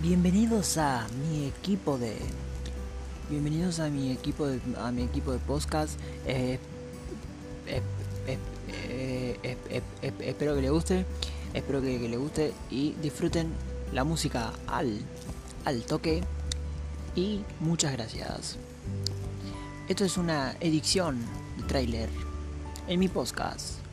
Bienvenidos a mi equipo de a mi equipo de podcast. Eh, eh, espero que le guste, espero que le guste y disfruten la música al toque. Y muchas gracias. Esto es una edición de tráiler en mi podcast.